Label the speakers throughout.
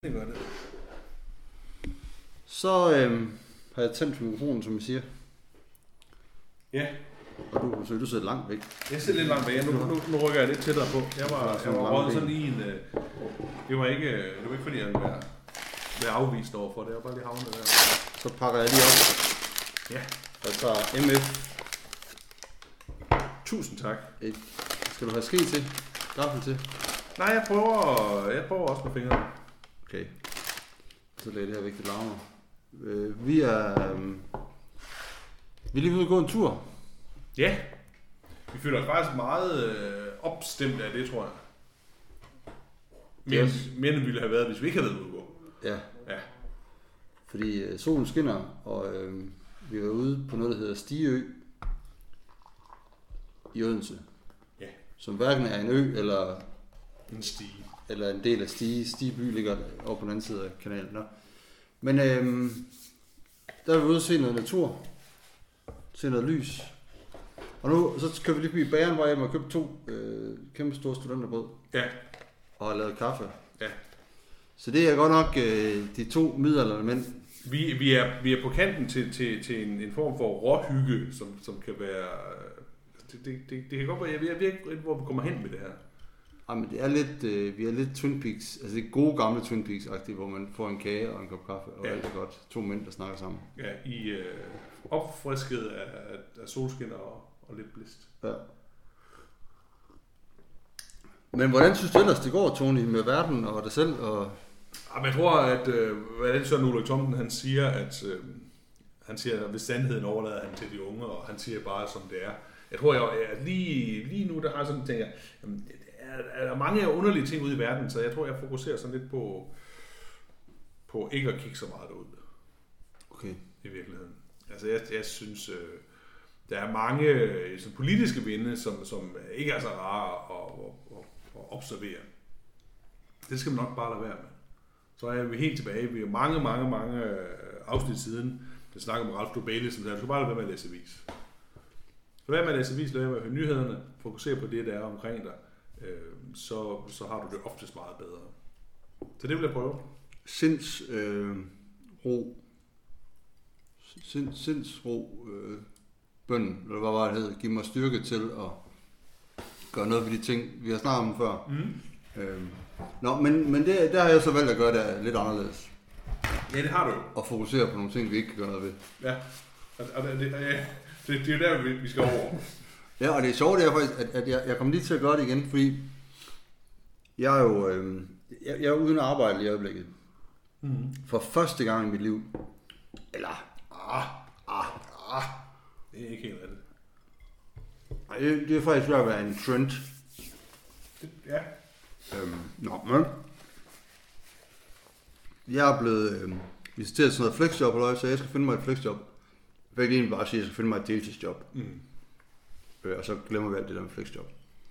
Speaker 1: Det gør det.
Speaker 2: Så har jeg tændt mikrofonen, som jeg siger.
Speaker 1: Ja.
Speaker 2: Og du sidder langt væk.
Speaker 1: Jeg sidder lidt langt væk. Nu rykker jeg lidt tættere på. Jeg var røget sådan i en... Det var ikke fordi, jeg ville være afvist overfor det. Jeg var bare lige havnet der.
Speaker 2: Så pakker jeg lige op.
Speaker 1: Ja.
Speaker 2: Jeg tager MF.
Speaker 1: Tusind tak.
Speaker 2: Skal du have ske til? Gaffel til?
Speaker 1: Nej, jeg prøver også med fingrene.
Speaker 2: Okay. Så lader det her væk, det larmer. Vi er lige ude og gå en tur.
Speaker 1: Ja. Vi føler os faktisk meget opstemt af det, tror jeg. Mere end vi ville have været, hvis vi ikke havde været ude at gå.
Speaker 2: Ja.
Speaker 1: Ja.
Speaker 2: Fordi solen skinner, og vi er ude på noget, der hedder Stigeø i Odense.
Speaker 1: Ja.
Speaker 2: Som hverken er en ø eller
Speaker 1: en stige.
Speaker 2: Eller en del af Stigeby ligger over på den anden side af kanalen. Nå. Men der er vi ude at se noget natur. Se noget lys. Og nu så køber vi lige forbi bageren, hvor jeg har købt 2 kæmpe store studenterbrød.
Speaker 1: Ja.
Speaker 2: Og har lavet kaffe.
Speaker 1: Ja.
Speaker 2: Så det er godt nok de 2 middelaldrende mænd.
Speaker 1: Vi er på kanten til en form for råhygge, som kan være... Det kan godt være, jeg ved ikke, hvor vi kommer hen med det her.
Speaker 2: Jamen, det er lidt, vi er lidt Twin Peaks, altså det gode gamle Twin Peaks-agtigt, hvor man får en kage og en kop kaffe, og alt er godt. 2 mænd, der snakker sammen.
Speaker 1: Ja, i opfrisket af solskin og lidt blæst.
Speaker 2: Ja. Men hvordan synes du ellers, det går, Tony, med verden og dig selv? Og...
Speaker 1: Jamen, jeg tror, at hvad det Søren Ulrik Thomsen, han siger, at hvis sandheden overlader han til de unge, og han siger bare, som det er. Jeg tror, at lige nu, der har sådan tænker, jamen, er der mange underlige ting ude i verden, så jeg tror, jeg fokuserer sådan lidt på ikke at kigge så meget derud.
Speaker 2: Okay.
Speaker 1: I virkeligheden. Altså, jeg synes, der er mange politiske vinde, som ikke er så rare at observere. Det skal man nok bare lade være med. Så er vi helt tilbage. Vi er mange afsnit siden, der snakker om Ralph Dobele, som sagde, du skal bare lade være med at læse avis. Så lad med at læse avis, lad være med at høre nyhederne, fokusere på det, der er omkring dig. Så har du det oftest meget bedre. Så det vil jeg prøve.
Speaker 2: Sindsro bøn, eller hvad var det hed, giv mig styrke til at gøre noget ved de ting, vi har snakket om før. Men der har jeg så valgt at gøre det lidt anderledes.
Speaker 1: Ja, det har du jo.
Speaker 2: Og fokusere på nogle ting, vi ikke kan gøre noget ved.
Speaker 1: Ja, og det er jo der, vi skal over.
Speaker 2: Ja, og det er sjovt, det er faktisk, at jeg kommer lige til at gøre det igen, fordi jeg er jo jeg er uden arbejde i øjeblikket. For første gang i mit liv. Eller,
Speaker 1: det er ikke helt rigtigt.
Speaker 2: Nej, det er faktisk ved at være en trend.
Speaker 1: Ja.
Speaker 2: Men jeg er blevet visiteret til sådan noget flexjob, så jeg skal finde mig et flexjob. Jeg vil egentlig bare sige, at jeg skal finde mig et deltidsjob. Og så glemmer vi alt det der med flexjob.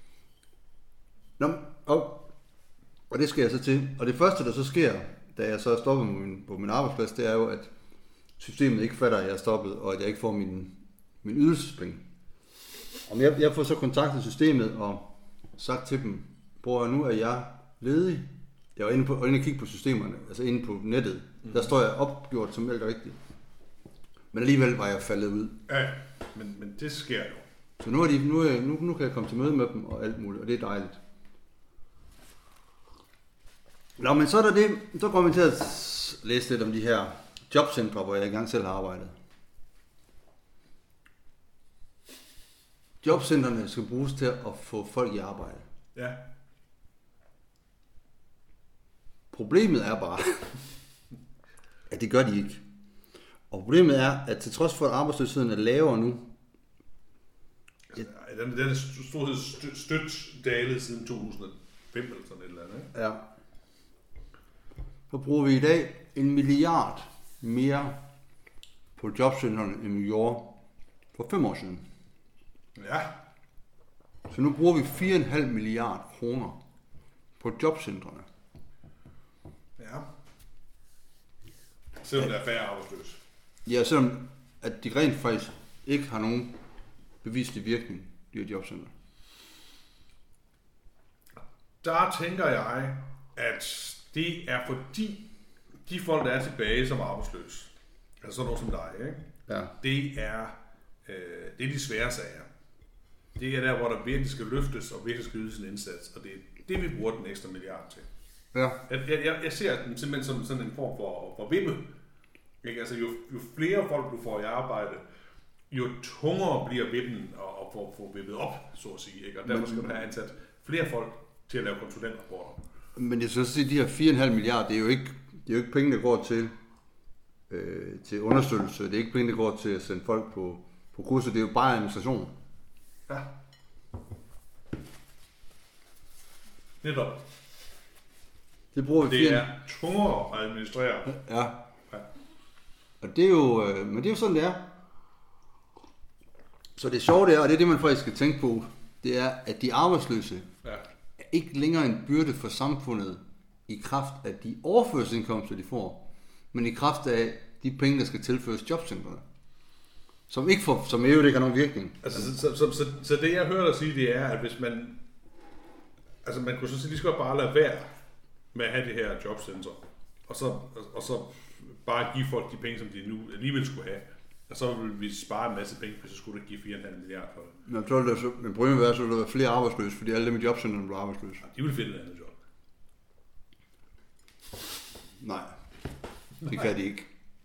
Speaker 2: Og det skal jeg så til. Og det første, der så sker, da jeg så er stoppet på min arbejdsplads, det er jo, at systemet ikke fatter, at jeg er stoppet, og at jeg ikke får min ydelsespenge. Og jeg får så kontaktet systemet og sagt til dem, bror, nu er jeg ledig. Jeg var inde og kigge på systemerne, altså inde på nettet. Der står jeg opgjort som alt rigtigt. Men alligevel var jeg faldet ud.
Speaker 1: Ja, men det sker jo.
Speaker 2: Så nu kan jeg komme til møde med dem og alt muligt, og det er dejligt. Nå, men så er der det, så går vi til at læse lidt om de her jobcentre, hvor jeg engang selv har arbejdet. Jobcentrene skal bruges til at få folk i arbejde.
Speaker 1: Ja. Problemet er bare,
Speaker 2: at det gør de ikke. Og problemet er, at til trods for, at arbejdsløsheden er lavere nu,
Speaker 1: den er stort set stødt dalet siden 2005 eller sådan et eller andet, ikke?
Speaker 2: Ja. Så bruger vi i dag 1 milliard mere på jobcentrene, end vi gjorde for 5 år siden.
Speaker 1: Ja.
Speaker 2: Så nu bruger vi 4,5 milliard kroner på jobcentrene.
Speaker 1: Ja. Selvom der er færre arbejdsløse.
Speaker 2: Ja, selvom at de rent faktisk ikke har nogen beviselig virkning, de her jobcenter.
Speaker 1: Der tænker jeg, at Det er fordi, de folk, der er tilbage som arbejdsløse, altså sådan noget som dig, ikke?
Speaker 2: Ja.
Speaker 1: Det er de svære sager. Det er der, hvor der virkelig skal løftes og virkelig skal ydes en indsats, og det er det, vi bruger den ekstra milliard til.
Speaker 2: Ja.
Speaker 1: Jeg ser den simpelthen som sådan en form for vippe. Ikke? Altså, jo flere folk du får i arbejde, jo tungere bliver vippen at få vippet op, så at sige. Ikke? Og derfor skal du have ansat flere folk til at lave konsulentrapporter.
Speaker 2: Men jeg synes også, at de her 4,5 milliarder, det er jo ikke penge, der går til understøttelse. Det er ikke penge, der går til at sende folk på kurser. Det er jo bare administration.
Speaker 1: Ja. Netop.
Speaker 2: Det bruger vi
Speaker 1: det er tungere at administrere.
Speaker 2: Ja. Og det er jo, men det er jo sådan, det er. Så det sjove det er, og det er det, man faktisk skal tænke på, det er, at de arbejdsløse er ikke længere en byrde for samfundet i kraft af de overførselsindkomster, de får, men i kraft af de penge, der skal tilføres jobcentrene. Som ikke har nogen virkning.
Speaker 1: Altså, så det jeg hører dig sige, det er, at hvis man... Altså man kunne så sige, de skal bare lade være med at have det her jobcenter. Og så bare give folk de penge, som de nu alligevel skulle have. Og så vil vi spare en masse penge, hvis så skulle det give 4,5 milliarder for det.
Speaker 2: Men problemet er, så vil der være flere arbejdsløse, fordi alle dem i jobcentrene bliver arbejdsløse.
Speaker 1: De vil finde et andet job.
Speaker 2: Nej, det kan de ikke.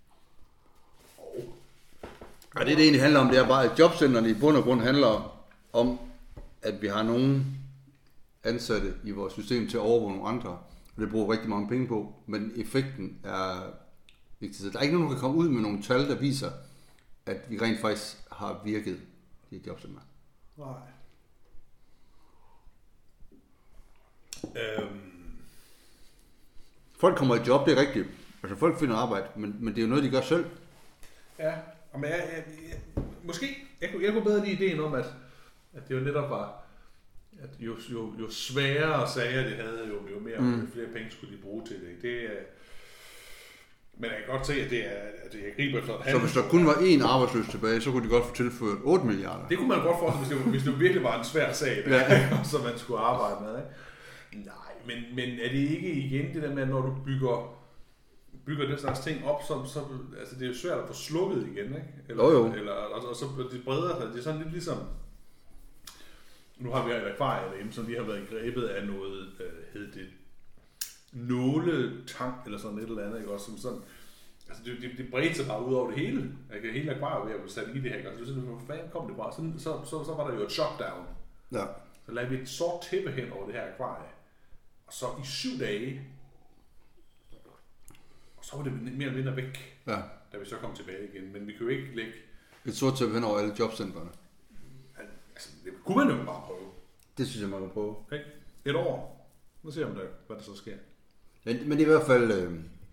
Speaker 2: Og det egentlig handler om, det er bare, at jobcentrene i bund og grund handler om, at vi har nogen ansatte i vores system til at overvåge nogle andre. Og det bruger rigtig mange penge på, men effekten er vigtig. Der er ikke nogen, der kan komme ud med nogle tal, der viser, at vi rent faktisk har virket i jobcenter.
Speaker 1: Nej.
Speaker 2: Folk kommer i job, det er rigtigt. Altså folk finder arbejde, men det er jo noget, de gør selv.
Speaker 1: Ja, men jeg kunne bedre lide ideen om, at det jo netop var, at jo sværere sager de havde, jo mere flere penge skulle de bruge til det. Men jeg kan godt se, at jeg griber efter et.
Speaker 2: Så hvis der kun var én arbejdsløs tilbage, så kunne de godt få tilført 8 milliarder.
Speaker 1: Det kunne man godt forestille, hvis det virkelig var en svær sag, ja. Som man skulle arbejde med. Ikke? Nej, men er det ikke igen det der med, når du bygger den slags ting op, så altså det er jo svært at få slukket igen, ikke? Og så det breder sig. Det er sådan lidt ligesom, nu har vi et akvarie derhjemme, som vi har været grebet af noget, hed det nåletang, eller sådan et eller andet, ikke? Også som sådan, altså det bredte sig bare ud over det hele. Ikke? Hele akvariet ved at blive sat i det her, altså det hvor fanden kom det fra? Så var der jo et shutdown. Ja. Så lavede vi et sort tæppe hen over det her akvarie. Og så i 7 dage, og så var det mere eller mindre væk, da vi så kom tilbage igen. Men vi kan jo ikke lægge
Speaker 2: et sort tæppe hen over alle jobcentrene.
Speaker 1: Altså, det kunne man jo bare prøve.
Speaker 2: Det synes jeg, man kan prøve.
Speaker 1: Okay. Et år. Nu ser vi, hvad der så sker.
Speaker 2: Men det er i hvert fald...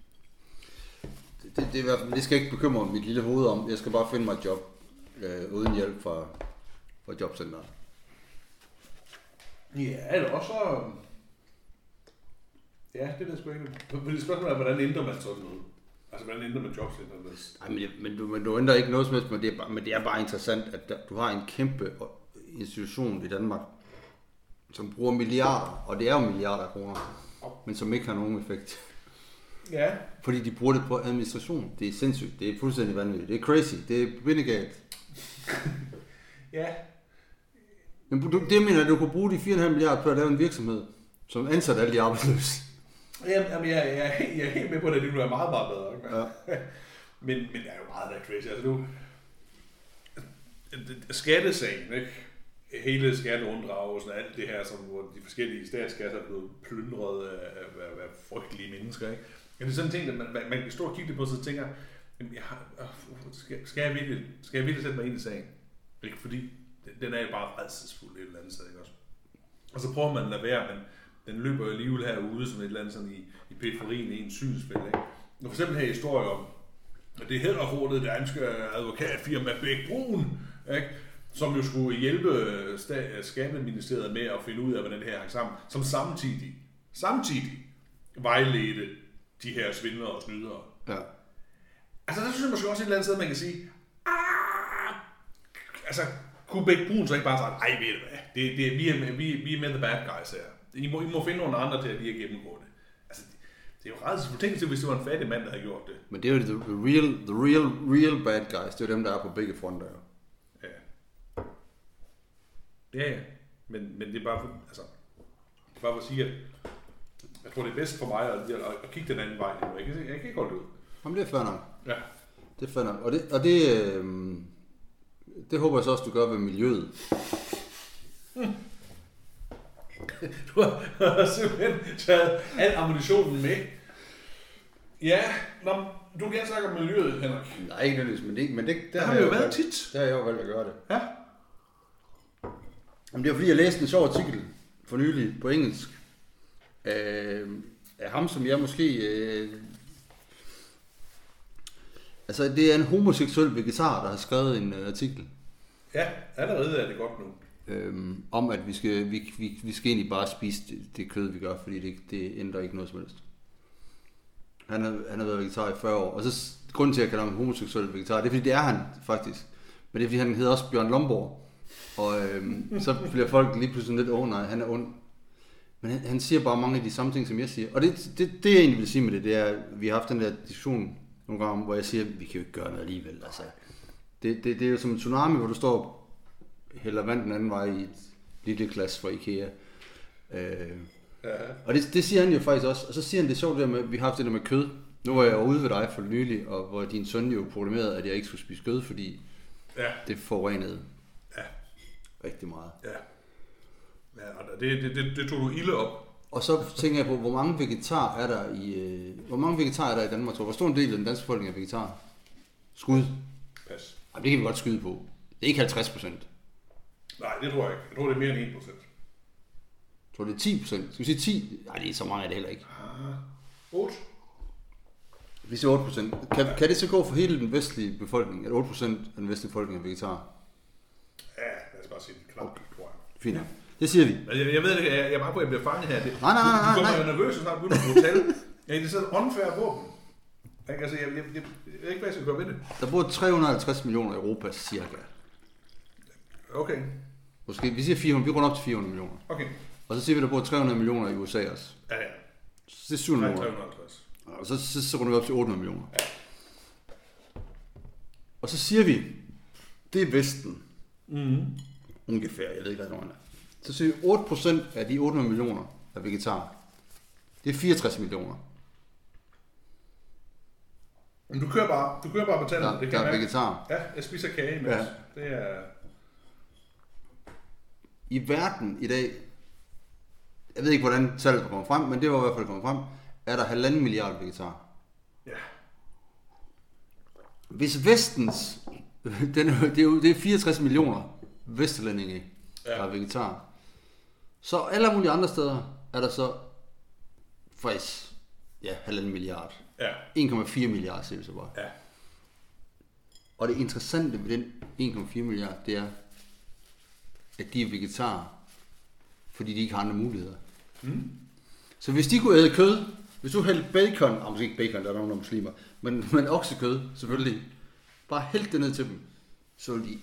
Speaker 2: Det skal jeg ikke bekymre mit lille hoved om. Jeg skal bare finde mig et job uden hjælp fra jobcenteret.
Speaker 1: Ja, eller også... Ja, det er sgu ikke. Det spørgsmål er, hvordan ændrer man sådan noget? Altså, hvordan ændrer man jobcenteret?
Speaker 2: Nej, men du ændrer ikke noget som helst, men det er bare interessant, at du har en kæmpe institution i Danmark, som bruger milliarder, og det er jo milliarder af kroner, men som ikke har nogen effekt.
Speaker 1: Ja.
Speaker 2: Fordi de bruger det på administration. Det er sindssygt. Det er fuldstændig vanvittigt. Det er crazy. Det er bindegalt.
Speaker 1: Ja.
Speaker 2: Men det mener, at du kunne bruge de 4,5 milliarder på at lave en virksomhed, som ansat alle de arbejdsløse.
Speaker 1: Jamen, jeg er helt med på det. Det ville være meget, meget bedre. Ikke? Ja. men det er jo meget der crazy. Altså nu... Skattesagen, ikke? Hele skatteunddragelsen og alt det her, som, hvor de forskellige statskasser er blevet plyndret af frygtelige mennesker. Ikke? Men det er sådan en ting, at man kan stå og kigge på, så tænker, skal jeg virkelig sætte mig ind i sagen? Ikke? Fordi den er jo bare rædselsfuld et eller andet sted. Ikke også? Og så prøver man at lade være, men den løber jo alligevel herude som et eller andet sådan i periferien i en synsspil. Ikke? Og for eksempel her historie om, at det hæderhordet danske advokatfirma Bæk Brun, ikke? Som jo skulle hjælpe Skatteministeriet med at finde ud af, hvordan det her hang sammen, som samtidig vejledte de her svindlere og snydere. Ja. Altså der synes jeg måske også et eller andet sted, man kan sige, altså kunne Bæk Brun så ikke bare sige, ved du hvad, vi er med the bad guys her. I må finde nogle andre til at lige at gennemgå det. Altså, Det er jo rædselsfuldt. Tænk til, hvis det var en fattig mand, der havde gjort det.
Speaker 2: Men det er jo the real bad guys. Det er jo dem, der er på begge fronter.
Speaker 1: Ja. Ja. Men det er bare for, altså, bare for at sige, at jeg tror, det er bedst for mig at kigge den anden vej. Jeg kan ikke holde det ud.
Speaker 2: Jamen, det er fair nok.
Speaker 1: Ja.
Speaker 2: Det er fair nok. Og det håber jeg så også, du gør ved miljøet.
Speaker 1: Du har simpelthen taget al ammunitionen med. Ja, du kan gerne snakke om miljøet, Henrik.
Speaker 2: Nej, ikke nødvendigvis, men det
Speaker 1: der har vi jo været tit.
Speaker 2: Der har jeg jo valgt at gøre det.
Speaker 1: Ja.
Speaker 2: Jamen, det er fordi, jeg læste en sjov artikel for nylig på engelsk. Af ham, som jeg måske... altså, det er en homoseksuel vegetar, der har skrevet en artikel.
Speaker 1: Ja, allerede er det godt nu.
Speaker 2: Om at vi skal egentlig bare spise det kød, vi gør, fordi det ændrer ikke noget som helst. Han har været vegetar i 40 år, og så grunden til, at jeg kalder ham homoseksuel vegetar, det er fordi, det er han faktisk. Men det er fordi, han hedder også Bjørn Lomborg. Og så bliver folk lige pludselig lidt, nej, han er ond. Men han siger bare mange af de samme ting, som jeg siger. Og det jeg egentlig vil sige med det er, at vi har haft den der diskussion nogle gange, hvor jeg siger, at vi kan jo ikke gøre noget alligevel. Altså, det er jo som en tsunami, hvor du står hælder vand den anden vej i et lille glas fra IKEA. Og det siger han jo faktisk også. Og så siger han det sjovt der med, at vi har haft det der med kød. Nu var jeg ude ved dig for nylig, og hvor din søn jo proklamerede, at jeg ikke skulle spise kød, fordi det forurenede rigtig meget.
Speaker 1: Ja, og det tog du ilde op.
Speaker 2: Og så tænker jeg på, hvor mange vegetarer er der i Danmark? Hvor stor en del af den danske befolkning er vegetar? Skud.
Speaker 1: Pas.
Speaker 2: Jamen, det kan vi godt skyde på. Det er ikke 50%.
Speaker 1: Nej, det tror jeg ikke. Jeg tror, det er mere end 1%.
Speaker 2: Jeg tror, det er 10%. Skal vi sige 10? Nej, det er så mange af det heller ikke.
Speaker 1: 8?
Speaker 2: Vi siger 8%. Kan det så gå for hele den vestlige befolkning, at 8% af den vestlige befolkning er vegetar?
Speaker 1: Ja, lad os bare sige det. Knap, okay. Tror jeg.
Speaker 2: Fint. Det siger vi.
Speaker 1: Jeg ved ikke, jeg er bare på, at jeg bliver fanget her.
Speaker 2: Nej.
Speaker 1: Du kommer jo nervøs, og snart begynder at bruge tal. Ja, det er sådan et unfair våben. Altså, jeg ved ikke, hvad jeg skal gøre ved det.
Speaker 2: Der bor 350 millioner i Europa, cirka.
Speaker 1: Okay.
Speaker 2: Måske, vi siger 400, vi runder op til 400 millioner.
Speaker 1: Okay.
Speaker 2: Og så siger vi, der bor 300 millioner i USA også.
Speaker 1: Ja.
Speaker 2: Så det er 700 millioner.
Speaker 1: 350.
Speaker 2: Og så runder vi op til 800 millioner.
Speaker 1: Ja.
Speaker 2: Og så siger vi, det er Vesten.
Speaker 1: Mm-hmm.
Speaker 2: Ungefær, jeg ved ikke, hvad det er. Så siger vi, 8% af de 800 millioner er vegetar. Det er 64 millioner.
Speaker 1: Men du kører bare på tallene.
Speaker 2: Der er vegetar.
Speaker 1: Ja, jeg spiser kage imens. Ja. Det er...
Speaker 2: I verden i dag, jeg ved ikke, hvordan tallet kommer frem, men det var i hvert fald kommet frem, er der 1,5 milliard vegetar.
Speaker 1: Ja.
Speaker 2: Hvis Vestens, det er 64 millioner vesterlændinge, der er vegetar, så alle mulige andre steder er der så faktisk 1,5 milliard.
Speaker 1: Ja.
Speaker 2: 1,4 milliard, siger vi så bare.
Speaker 1: Ja.
Speaker 2: Og det interessante ved den 1,4 milliard, det er, at de er vegetarer, fordi de ikke har andre muligheder.
Speaker 1: Mm.
Speaker 2: Så hvis de kunne æde kød, hvis du hældte bacon, måske ikke bacon, der er nogle muslimer, men oksekød selvfølgelig, bare hældt det ned til dem, så ville de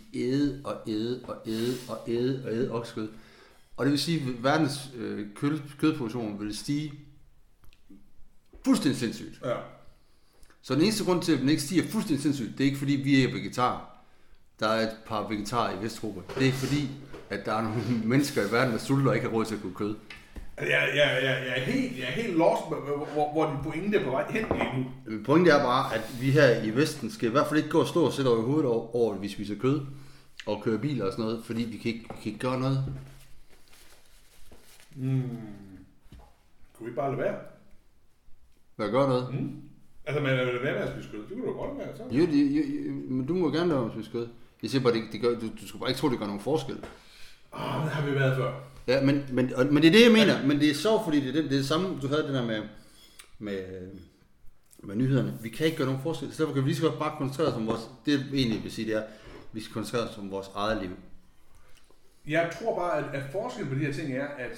Speaker 2: æde oksekød. Og det vil sige, at verdens kødproduktion ville stige fuldstændig sindssygt.
Speaker 1: Ja.
Speaker 2: Så den eneste grund til, at den ikke stiger fuldstændig sindssygt, det er ikke fordi, vi er vegetarer. Der er et par vegetarer i Vesteuropa. Det er fordi, at der er nogle mennesker i verden, der sulter og ikke har råd til at kunne kød.
Speaker 1: Jeg er helt lost, hvor din pointe er på vej hen lige nu.
Speaker 2: Pointen er bare, at vi her i Vesten skal i hvert fald ikke gå og stå og sætte over i hovedet over, at vi spiser kød og kører biler og sådan noget, fordi vi kan ikke gøre noget.
Speaker 1: Kunne vi bare lade være?
Speaker 2: Hvad gør noget?
Speaker 1: Altså, man er jo lade være med at spise kød. Det kunne du godt være, så.
Speaker 2: Jo, men du må gerne lade være med at spise kød. Jeg siger bare, det gør, du skal bare ikke tro, det gør nogen forskel.
Speaker 1: Det har vi været før.
Speaker 2: Ja, men det er det, jeg mener. Men det er sjovt, fordi det er det samme, du havde det der med nyhederne. Vi kan ikke gøre nogen forskel. Så derfor kan vi lige så godt bare koncentrere os om vores... Det jeg egentlig vil sige, det er, at vi skal koncentrere os om vores eget liv.
Speaker 1: Jeg tror bare, at forskellen på de her ting er, at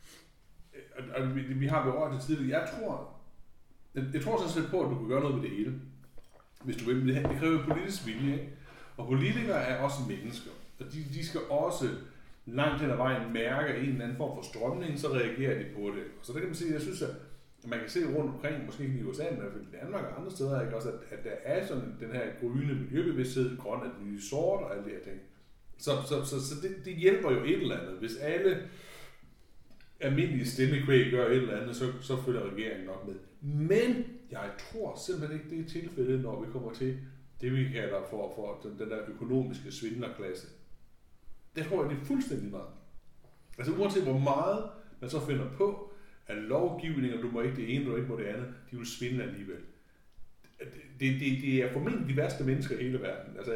Speaker 1: vi har berørt det tidligere. Jeg tror sådan set på, at du kan gøre noget med det hele. Hvis du vil. Det kræver politisk vilje, ikke? Og politikere er også mennesker. Og de skal også langt hen ad vejen mærke en eller anden form for strømning, så reagerer de på det. Så der kan man sige, jeg synes, at man kan se rundt omkring, måske i USA, men i Danmark og andre steder, ikke? Også, at der er sådan den her grønne miljøbevidsthed, grøn at nye sort og alle de her ting. Så det hjælper jo et eller andet. Hvis alle almindelige stemmekvæg gør et eller andet, så følger regeringen nok med. Men jeg tror simpelthen ikke, det er tilfældet, når vi kommer til det, vi kalder for den der økonomiske svindlerklasse. Det tror jeg, det er fuldstændig meget. Altså uanset hvor meget man så finder på, at lovgivninger, du må ikke det ene, du ikke må det andet, de vil svindle alligevel. Det er formentlig de værste mennesker i hele verden. Altså,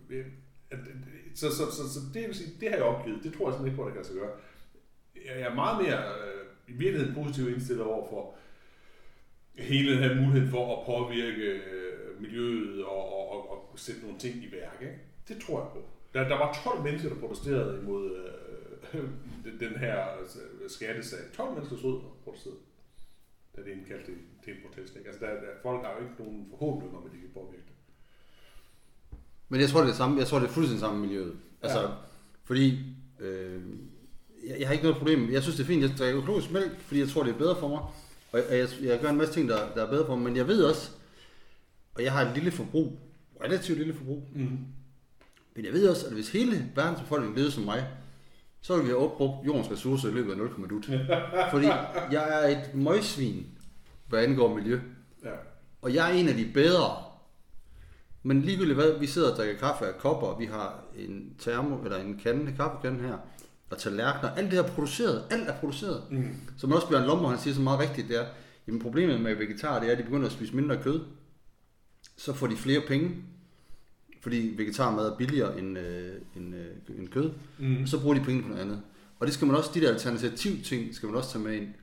Speaker 1: så det vil sige, det har jeg opgivet. Det tror jeg simpelthen ikke på, det kan sig gøre. Jeg er meget mere i virkeligheden positivt indstillet over for hele den her mulighed for at påvirke miljøet og sætte nogle ting i værk. Ikke? Det tror jeg på. Der var 12 mennesker, der protesterede imod den her skattesag. 12 mennesker stod og protesterede, da det indkaldte til en protest. Ikke? Altså, folk har jo ikke nogen forhåbning om, at de kan påvirke det.
Speaker 2: Men jeg tror, det er samme. Jeg tror, det er fuldstændig samme miljøet. Altså, ja. Fordi jeg har ikke noget problem. Jeg synes, det er fint. Jeg drikker økologisk mælk, fordi jeg tror, det er bedre for mig. Og jeg gør en masse ting, der er bedre for mig. Men jeg ved også, og jeg har et lille forbrug, relativt lille forbrug. Mm-hmm. Men jeg ved også, at hvis hele verdens befolkning levede som mig, så ville vi have opbrugt jordens ressourcer i løbet af 0,0. Fordi jeg er et møgsvin, hvad angår miljø. Ja. Og jeg er en af de bedre. Men ligegyldigt hvad, vi sidder og drikker kaffe af kopper, vi har en eller en kaffekande her, og tallerkener, alt det er produceret, alt er produceret. Mm. Som også Bjørn Lommer, han siger så meget rigtigt, det er, jamen problemet med vegetarer, det er, at de begynder at spise mindre kød, så får de flere penge, fordi vegetarmad er billigere end kød, og så bruger de penge på noget andet. Og det skal man også, de der alternative ting, skal man også tage med ind.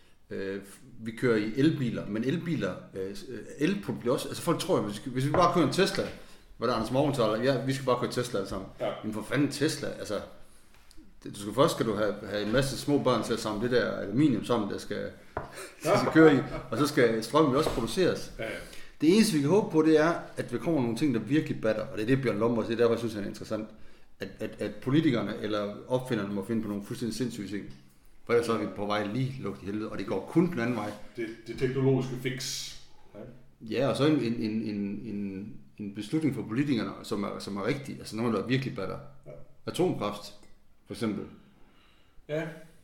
Speaker 2: Vi kører i elbiler, men elbiler, el bliver også, altså folk tror, hvis vi bare kører en Tesla, hvor der er Anders Morgenthaler, ja, vi skal bare køre Tesla alle sammen. Ja. Men for fanden Tesla, altså, skal du have en masse små børn til at samle det der aluminium sammen, der skal køre i, og så skal strømmen også produceres. Ja. Det eneste, vi kan håbe på, det er, at der kommer nogle ting, der virkelig batter, og det er det, Bjørn Lommer siger, derfor synes jeg, det er interessant, at politikerne eller opfinderne må finde på nogle fuldstændig sindssyge ting. For ellers så er vi på vej lige lugt i helvede, og det går kun den anden vej.
Speaker 1: Det teknologiske fix.
Speaker 2: Ja, og så en beslutning for politikerne, som er rigtig, altså noget, der virkelig batter. Ja. Atomkraft, for eksempel.
Speaker 1: Ja,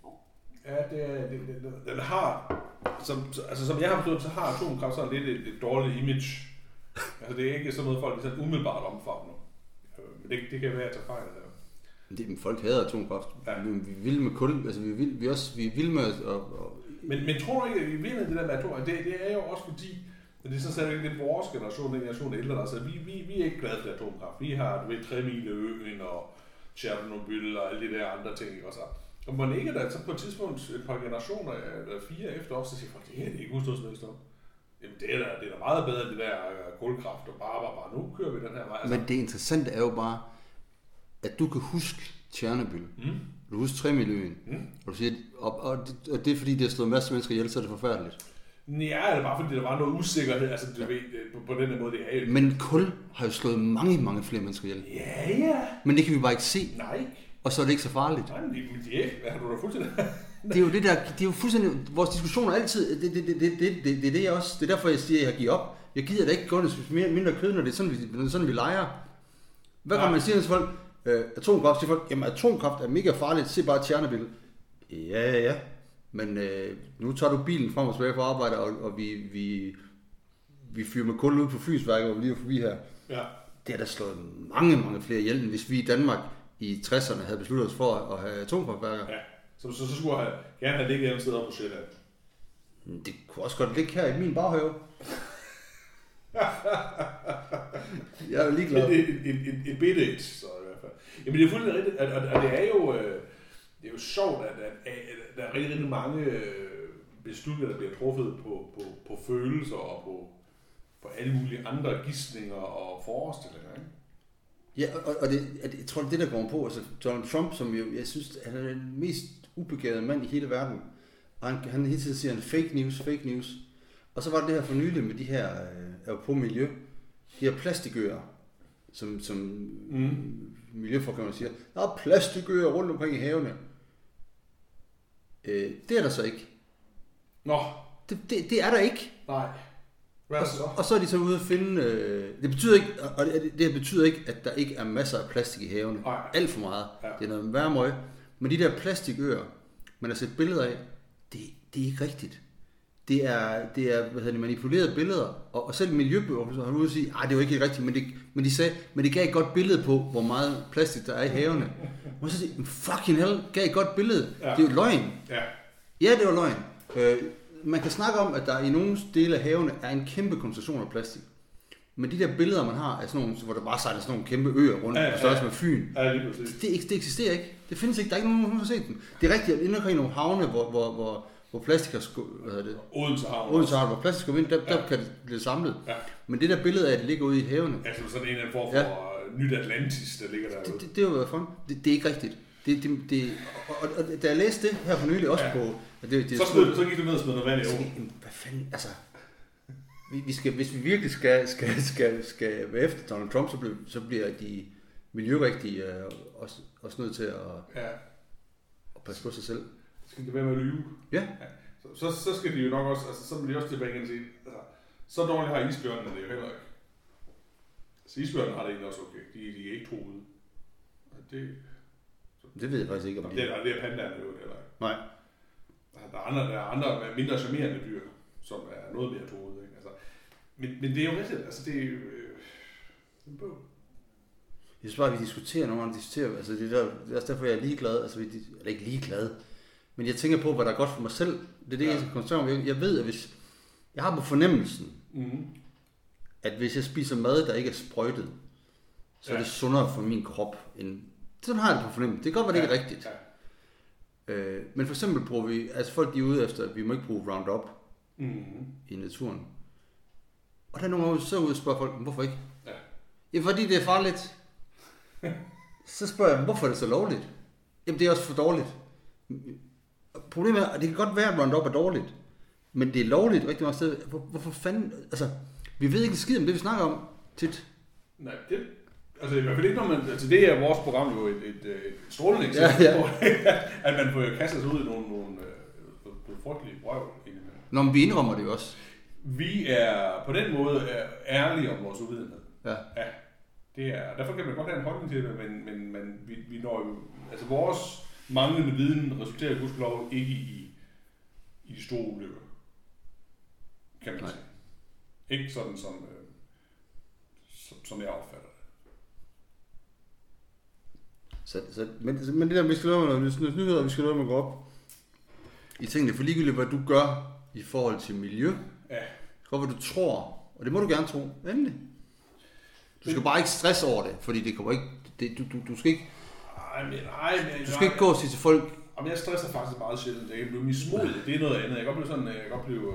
Speaker 1: den har, som jeg har forstået, så har atomkraft sådan lidt et dårligt image. Altså det er ikke sådan noget, folk er umiddelbart omfavner. Men det kan være, at jeg tager fejl af det.
Speaker 2: Men folk hader atomkraft. Ja. Vi vil med kul, altså vi vil med
Speaker 1: Men tror du ikke, at vi vil det der med atomkraft? Det er jo også fordi, at det er sådan set lidt vores generation, den generation der ældre, altså vi er ikke glade for atomkraft. Vi har 3-mile-øen og Chernobyl og alle de der andre ting, ikke også? Og man ikke der så på et tidspunkt et par generationer, eller 4 efter os, så siger folk, det er ikke udstået som helst om. Jamen det er da meget bedre end det der kulkraft, og bare nu kører vi den her vej. Altså.
Speaker 2: Men det interessante er jo bare, at du kan huske Chernobyl, du husker 3-mile-øen, og du siger, og det er fordi, det har slået en masse mennesker ihjel, så er det forfærdeligt.
Speaker 1: Ja, det er bare fordi, der var noget usikkerhed, altså du ved, på den her måde, det er.
Speaker 2: Men kul har jo slået mange, mange flere mennesker ihjel.
Speaker 1: Ja. Men
Speaker 2: det kan vi bare ikke se.
Speaker 1: Nej.
Speaker 2: Og så er det ikke så farligt.
Speaker 1: Nej, men det er du da fuldstændig.
Speaker 2: Det er jo det der, det er jo fuldstændig, vores diskussioner altid, det er det jeg også, det er derfor jeg siger, at jeg giver op. Jeg gider da ikke gå og spise mindre kød, når det er sådan, vi leger. Hvad kan man sige til folk? Atomkraft, siger folk, jamen atomkraft er mega farligt, se bare Chernobyl. Ja. Men nu tager du bilen frem og tilbage på arbejde, og vi fyrer med kul ud på Fynsværket, hvor vi lige er forbi her. Ja. Det er der slået mange, mange flere ihjel, end hvis vi i Danmark i 60'erne havde besluttet os for at have atomkraftværker.
Speaker 1: Ja, så skulle jeg gerne have ligget et sted op på Sjælland.
Speaker 2: Det kunne også godt ligge her i min baghave. Jeg er ligeglad.
Speaker 1: Et bitte et, så i hvert fald. Jamen det er fuldstændig rigtigt, og det er jo sjovt, at der er rigtig mange beslutninger, der bliver truffet på følelser og på alle mulige andre gidsninger og forestillinger, ikke?
Speaker 2: Ja, og jeg tror, det der kommer på, altså Donald Trump, som jo, jeg synes, han er den mest ubegavede mand i hele verden, og han hele tiden siger, fake news, og så var det her for nylig med de her, på miljø, de her plastikøer, som miljøforskerne siger, der er plastikøer rundt omkring i havene. Det er der så ikke.
Speaker 1: Nå.
Speaker 2: Det er der ikke.
Speaker 1: Nej. Hvad er det så?
Speaker 2: Og så er de så ude at finde... det betyder ikke, det betyder ikke, at der ikke er masser af plastik i havene.
Speaker 1: Nej.
Speaker 2: Alt for meget.
Speaker 1: Ja.
Speaker 2: Det er noget værre møg. Men de der plastikøer, man har set billeder af, det er ikke rigtigt. Det er manipulerede billeder, og selv miljøbøger har ude at sige, det er jo ikke helt rigtigt, men de gav et godt billede på, hvor meget plastik der er i havene. Og så siger fucking hell, gav et godt billede. Ja. Det er jo løgn. Ja, det var løgn. Man kan snakke om, at der i nogle dele af havene er en kæmpe koncentration af plastik. Men de der billeder, man har, er sådan nogle, hvor der bare sejler sådan nogle kæmpe øer rundt, og størrelse med Fyn. Det eksisterer ikke. Det findes ikke. Der er ikke nogen, der har set dem. Det er rigtigt, at inden omkring nogle havne, hvor plastik har
Speaker 1: Odense
Speaker 2: Havn, hvor plastik skal ind, der kan det blive samlet. Ja. Men det der billede af, at det ligger ude i havene.
Speaker 1: Altså sådan en eller anden form for nyt Atlantis, der ligger derude.
Speaker 2: Det er jo været fun. Det er ikke rigtigt. Og da jeg læste det her for nylig også på...
Speaker 1: Så gik du ned og smed noget vand i åben. Hvad
Speaker 2: fanden, altså... Hvis vi virkelig skal være efter Donald Trump, så bliver de miljørigtige også nødt til at passe på sig selv.
Speaker 1: Skal det være med at lyve?
Speaker 2: Ja.
Speaker 1: Så skal de jo nok også, altså så vil de også tilbage igen og sige, altså, så dårligt har isbjørnene det jo heller ikke. Så isbjørnene har det egentlig også okay. De er ikke troede.
Speaker 2: Det ved jeg faktisk ikke, om
Speaker 1: det er. Det er pandaerne jo heller ikke.
Speaker 2: Nej.
Speaker 1: Der er andre mindre charmerende dyr, som er noget mere troede. Ikke? Altså, men det er jo rigtigt, altså det er jo...
Speaker 2: Jeg synes bare, at vi diskuterer nogle gange, altså det er også derfor, jeg er ligeglad, altså eller ikke ligeglad, men jeg tænker på, hvad der er godt for mig selv. Det er det, jeg skal koncentrere mig. Jeg ved, at hvis jeg har på fornemmelsen, at hvis jeg spiser mad, der ikke er sprøjtet, så er det sundere for min krop. Sådan har jeg det på fornemmelsen. Det kan godt være, det ikke er rigtigt. Ja. Men for eksempel bruger vi, altså folk de er ude efter, at vi må ikke bruge Roundup i naturen. Og der er nogle gange, så ude og spørger folk, hvorfor ikke? Ja, fordi det er farligt. Så spørger jeg, hvorfor er det så lovligt? Jamen det er også for dårligt. Problemet er, at det kan godt være, at Roundup er dårligt, men det er lovligt rigtig meget sted. Hvorfor fanden? Altså, vi ved ikke skid om det, vi snakker om tit.
Speaker 1: Nej, det... Altså i hvert fald ikke, når man... Altså det er vores program jo et strålende eksempel på, at man får kastet sig ud i nogle frygtelige brøv.
Speaker 2: Nå, men vi indrømmer det jo også.
Speaker 1: Vi er på den måde ærlige om vores uvidenhed.
Speaker 2: Ja.
Speaker 1: Det er, derfor kan man godt have en holdning til det, men vi når jo... Altså vores manglende viden resulterer gudskelov ikke i de store ulykker, kan man sige. Ikke sådan som jeg opfatter det.
Speaker 2: Men det der, vi skal lade med noget nyheder, vi skal lade med at gå op i tingene, for ligegyldigt hvad du gør i forhold til miljø, og hvad du tror, og det må du gerne tro, endelig. Du skal bare ikke stresse over det, fordi det kommer ikke, du skal ikke, du skal ikke gå og sige til folk.
Speaker 1: Men jeg stresser faktisk meget sjældent, jeg kan blive mismodig, det er noget andet, jeg kan godt blive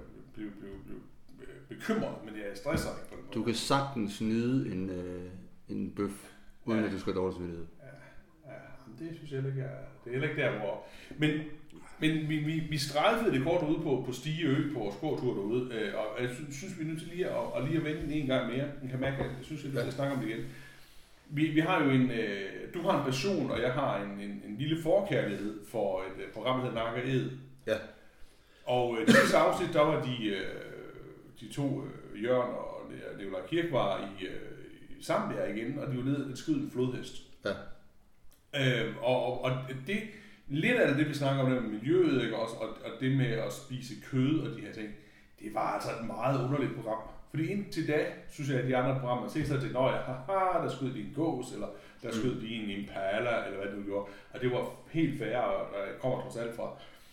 Speaker 1: bekymret, men jeg stresser ikke på den måde.
Speaker 2: Du kan sagtens nyde en bøf, uden at du skal have dårligt smittet.
Speaker 1: Ja, det synes jeg heller ikke er. Det er heller ikke der, hvor... Men vi strejfede det kort ude på Stige Ø på vores gåtur derude, og jeg synes, vi er nødt til lige at vende den en gang mere. Jeg kan mærke, at jeg synes, at vi skal snakke om det igen. Vi har jo du har en passion, og jeg har en lille forkærlighed for et program, der hedder Nak & Æd.
Speaker 2: Ja.
Speaker 1: Og det sidste afsnit, der var de to, Jørgen og Nikolaj Kirk, var i Zambia igen, og de var nede et skyd en flodhest.
Speaker 2: Ja.
Speaker 1: Og det, lidt af det, vi snakker om det med miljøet, ikke, også, og det med at spise kød og de her ting, det var altså et meget underligt program. Fordi indtil da, synes jeg, at de andre programmer, se sig til, der skød de en gås, eller der skød de en impala, eller hvad det nu gjorde. Og det var helt fair, og jeg kommer trods alt fra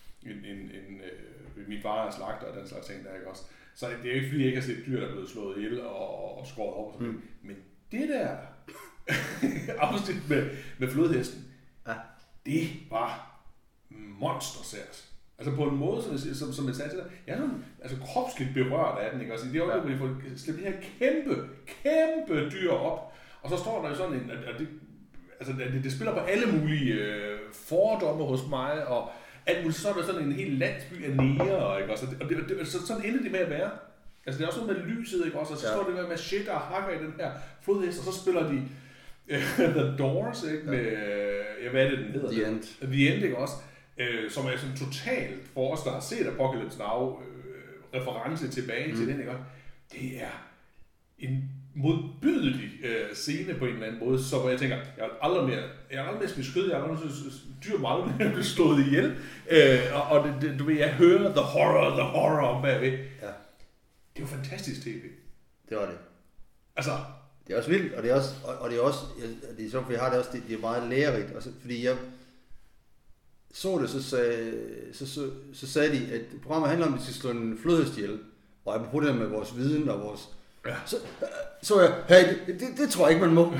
Speaker 1: mit varer slagter og den slags ting der, ikke også. Så det er jo ikke fordi, jeg ikke har set dyr, der er blevet slået ihjel og skåret op og sådan noget. Men det der afsnit med flodhesten, det var monstersært. Altså på en måde, som jeg sagde til dig, jeg er sådan, kropsligt berørt af den, ikke også. I det øjeblik, hvor de får slæbt de her kæmpe dyr op, og så står der jo sådan en, det spiller på alle mulige fordomme hos mig, og alt muligt, så er der sådan en hel landsby af næger, ikke også. Og sådan ender det med at være. Altså det er også sådan med lyset, ikke også, og så står det med machete og hakker i den her flodhest, og så spiller de The Doors, ikke, med, hvad er det, den hedder? The End, ikke også? Som er sådan totalt, for os, der har set Apocalypse Now, reference tilbage til den, ikke? Det er en modbydelig scene på en eller anden måde, så hvor jeg tænker, jeg vil aldrig mere spise skød, jeg vil aldrig mere dyr må aldrig mere blive slået ihjel. Og du ved, jeg hører the horror om bagved. Ja. Det er jo fantastisk tv.
Speaker 2: Det var det.
Speaker 1: Altså,
Speaker 2: det er også vildt, og det er også, det er så, for jeg har det også, det er meget lærerigt, og så, fordi jeg så det, så sagde de, at programmet handler om, at vi skal slå en flodhest ihjel, og jeg på det med vores viden og vores, så jeg, hey, det tror jeg ikke, man må.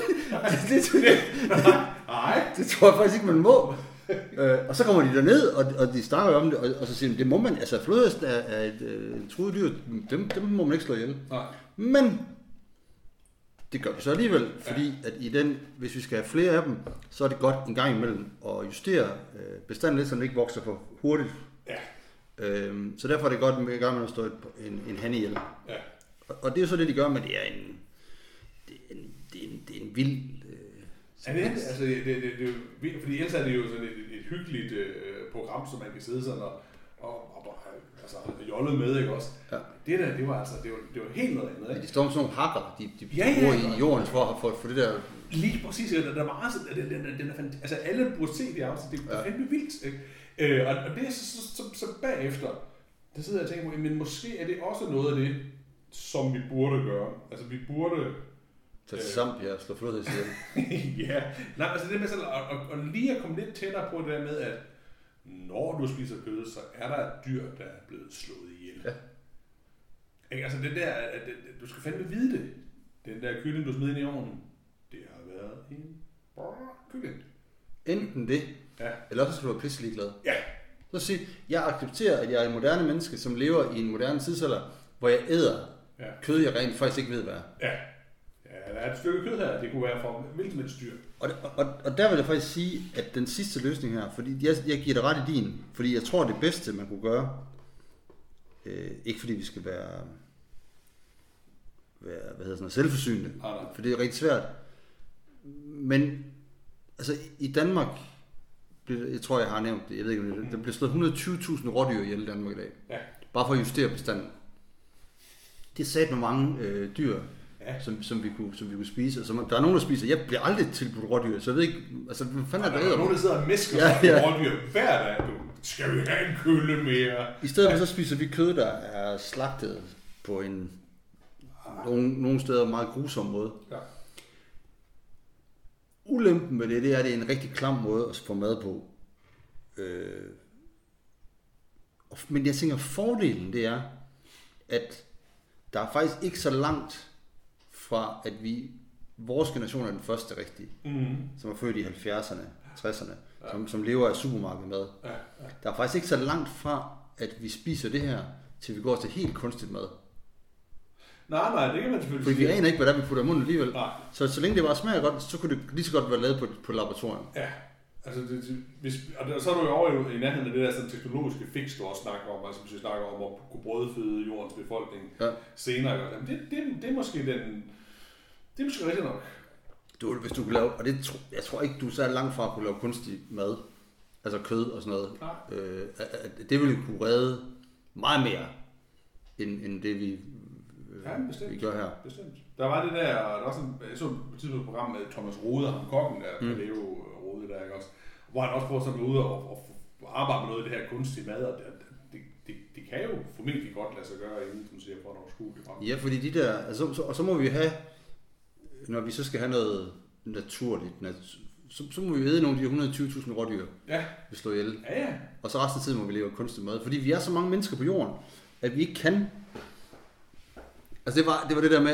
Speaker 2: det tror jeg faktisk ikke, man må. Og så kommer de derned, og de snakker om det, og så siger de, det må man, altså flodhest er et truet dyr, dem må man ikke slå ihjel. Men det gør vi så alligevel, fordi at hvis vi skal have flere af dem, så er det godt en gang imellem at justere bestanden lidt, så den ikke vokser for hurtigt. Ja. Så derfor er det godt en gang imellem at stå en han ihjel. Ja. Og det er jo så det, de gør, men det er en vild...
Speaker 1: det er vildt, fordi ellers er det jo sådan et hyggeligt program, som man kan sidde sådan og jollet med, ikke også? Ja. Det var helt noget andet, ikke?
Speaker 2: Ja, de står med sådan nogle hakker, de bruger i jorden for det der...
Speaker 1: Lige præcis, der er meget sådan, den er fantastisk. Altså alle burde se det afsnit, det er fandme vildt, ikke? Og det er så bagefter, der sidder jeg og tænker på, men måske er det også noget af det, som vi burde gøre. Altså vi burde...
Speaker 2: Tage til Zambia og slå flodhest ihjel.
Speaker 1: Ja, nej, altså det med sådan, og lige at komme lidt tættere på det der med, at når du spiser kød, så er der et dyr, der er blevet slået ihjel. Ja. Ikke? Altså det der, at du skal fandme vide det. Den der kylling, du smider ind i ovnen, det har været en kylling.
Speaker 2: Enten det, eller også skal du være pisse ligeglad. Ja. Så sig, jeg accepterer, at jeg er en moderne menneske, som lever i en moderne tidsalder, hvor jeg æder kød, jeg rent faktisk ikke ved, hvad er. Ja.
Speaker 1: Ja, der er et stykke kød her, det kunne være for hvilket som helst dyr.
Speaker 2: Og der vil jeg faktisk sige, at den sidste løsning her, fordi jeg giver dig ret i din, fordi jeg tror, det bedste, man kunne gøre, ikke fordi vi skal være selvforsynende, for det er rigtig svært, men altså i Danmark, jeg tror, jeg har nævnt det, jeg ved ikke om det, der bliver slået 120.000 rådyr ihjel i Danmark i dag, bare for at justere bestanden. Det er sat med mange dyr, som vi kunne spise. Altså, der er nogen, der spiser. Jeg bliver aldrig tilbudt rådyr, så jeg ved ikke... Altså, hvad fanden er der?
Speaker 1: Der er nogen, der sidder og mæsker rådyr hver dag. Skal vi have en kølle mere?
Speaker 2: I stedet for så spiser vi kød, der er slagtet på nogle steder meget grusom måde. Ja. Ulempen med det er, at det er en rigtig klam måde at få mad på. Men jeg tænker, fordelen det er, at der er faktisk ikke så langt fra, at vores generation er den første rigtige, som er født i 70'erne, 60'erne, som lever af supermarkedmad. Der er faktisk ikke så langt fra, at vi spiser det her, til vi går til helt kunstigt mad.
Speaker 1: Nej, det kan man selvfølgelig.
Speaker 2: Fordi vi aner ikke, hvad der vi putter i munden alligevel. Så længe det bare smager godt, så kunne det lige så godt være lavet på laboratorium. Ja. Altså,
Speaker 1: så er du jo over i nærheden af det der sådan, teknologiske fix, du også snakker om, altså hvis vi snakker om at kunne brødføde jordens befolkning senere. Jamen, det er måske det er måske rigtigt nok.
Speaker 2: Hvis du kunne lave, og jeg tror ikke, du er så langt fra at kunne lave kunstig mad, altså kød og sådan noget. Det ville kunne redde meget mere, end det vi gør her.
Speaker 1: Bestemt. Der var det der også så et program med Thomas Rode, ham kokken der, Leo Rode der, ikke også? Hvor han også prøver sådan ud og arbejde med noget af det her kunstige mad, og det kan jo formentlig godt lade sig gøre, inden som siger, for noget skole.
Speaker 2: Ja, fordi de der, altså, og så må vi have, når vi så skal have noget naturligt, så må vi æde nogle af de 120.000 rådyr, vi slår ihjel. Ja. Og så resten af tiden må vi leve kunstig mad, fordi vi er så mange mennesker på jorden, at vi ikke kan. Altså det var det der med,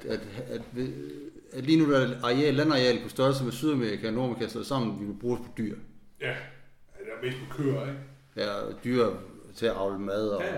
Speaker 2: at lige nu der er landareal på størrelse med Sydamerika og Nordamerika slået sammen, vi vil bruge på dyr.
Speaker 1: Ja, det er mest på køer, ikke?
Speaker 2: Ja, dyr til at avle mad og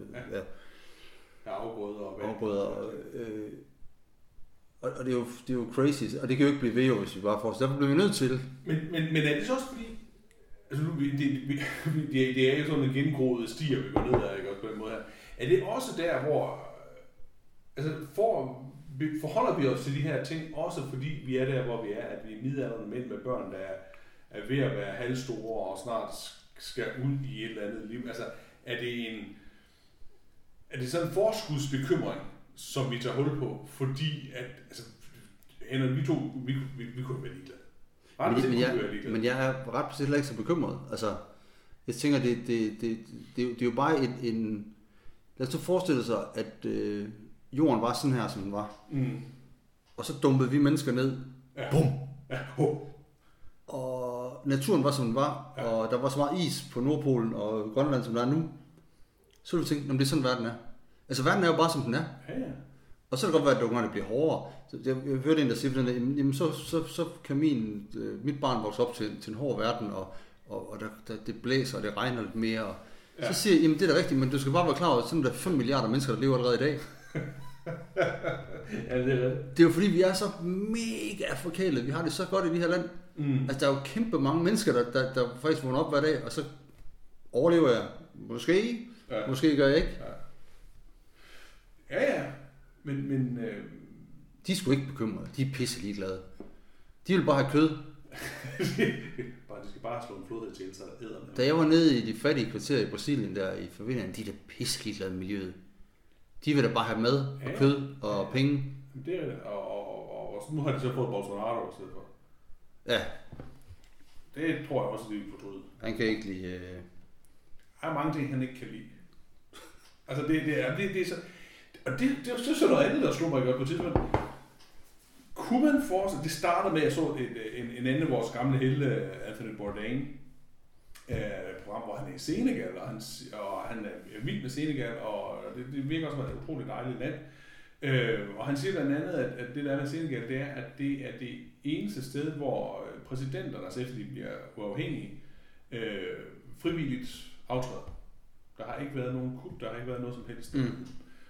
Speaker 1: afgrøder
Speaker 2: og det er jo crazy, og det kan jo ikke blive ved, hvis vi bare får. Så derfor bliver vi nødt til.
Speaker 1: Men er det så også fordi, altså det er jo sådan en gengroede stier, vi går ned der, ikke, på den måde her. Er det også der, hvor altså forholder vi os til de her ting, også fordi vi er der, hvor vi er, at vi er midaldrende mænd med børn, der er ved at være halvstore og snart skal ud i et eller andet liv. Altså, er det er det sådan en forskudsbekymring, som vi tager hul på, fordi at, altså, Henrik, vi kunne være ligeglade.
Speaker 2: Men jeg er ret beset heller ikke så bekymret. Altså, jeg tænker, det er jo bare en... Lad os så forestille sig, at jorden var sådan her, som den var. Mm. Og så dumpede vi mennesker ned.
Speaker 1: Ja.
Speaker 2: Bum!
Speaker 1: Ja.
Speaker 2: Og naturen var, som den var. Ja. Og der var så meget is på Nordpolen og Grønland, som der er nu. Så vil du tænke, det er sådan, verden er. Altså, verden er jo bare, som den er.
Speaker 1: Ja.
Speaker 2: Og så kan det godt være, at det bliver hårdere. Så jeg hørte en, der siger, jamen så kan mit barn vokse op til en hård verden, og det blæser, og det regner lidt mere. Og så siger jeg, jamen det er da rigtigt, men du skal bare være klar over, at sådan der 5 milliarder mennesker, der lever allerede i dag.
Speaker 1: Ja, det er det.
Speaker 2: Det er jo fordi, vi er så mega forkælet. Vi har det så godt i det her land. Mm. Altså, der er jo kæmpe mange mennesker, der faktisk vågner op hver dag, og så overlever jeg. Måske gør jeg ikke.
Speaker 1: Ja. Men
Speaker 2: de er sgu ikke bekymrede. De er pisse ligeglade. De vil bare have kød.
Speaker 1: De skal bare slå en flodhæld til, så æder man.
Speaker 2: Da jeg var nede i de fattige kvarterer i Brasilien, der i Favelaen, de er da pisse ligeglade med miljøet. De vil da bare have mad og kød og penge.
Speaker 1: Det er det. Og nu har de så fået Bolsonaro i stedet for.
Speaker 2: Ja.
Speaker 1: Det tror jeg også, de vil fortryde.
Speaker 2: Han kan ikke lide...
Speaker 1: Der er mange ting, han ikke kan lide. Altså, det er så... Og det er så noget andet, der slog mig godt på tidspunkt. Kunne man forestille... Det startede med, at jeg så en anden af vores gamle helte, Anthony Bourdain, program, hvor han er i Senegal, og han er vild med Senegal, og det virker også som et utroligt dejligt land. Og han siger blandt andet, at det der med Senegal, det er, at det er det eneste sted, hvor præsidenterne, altså efter de bliver uafhængige, frivilligt aftræder. Der har ikke været nogen kup, der har ikke været noget som helst. Mm.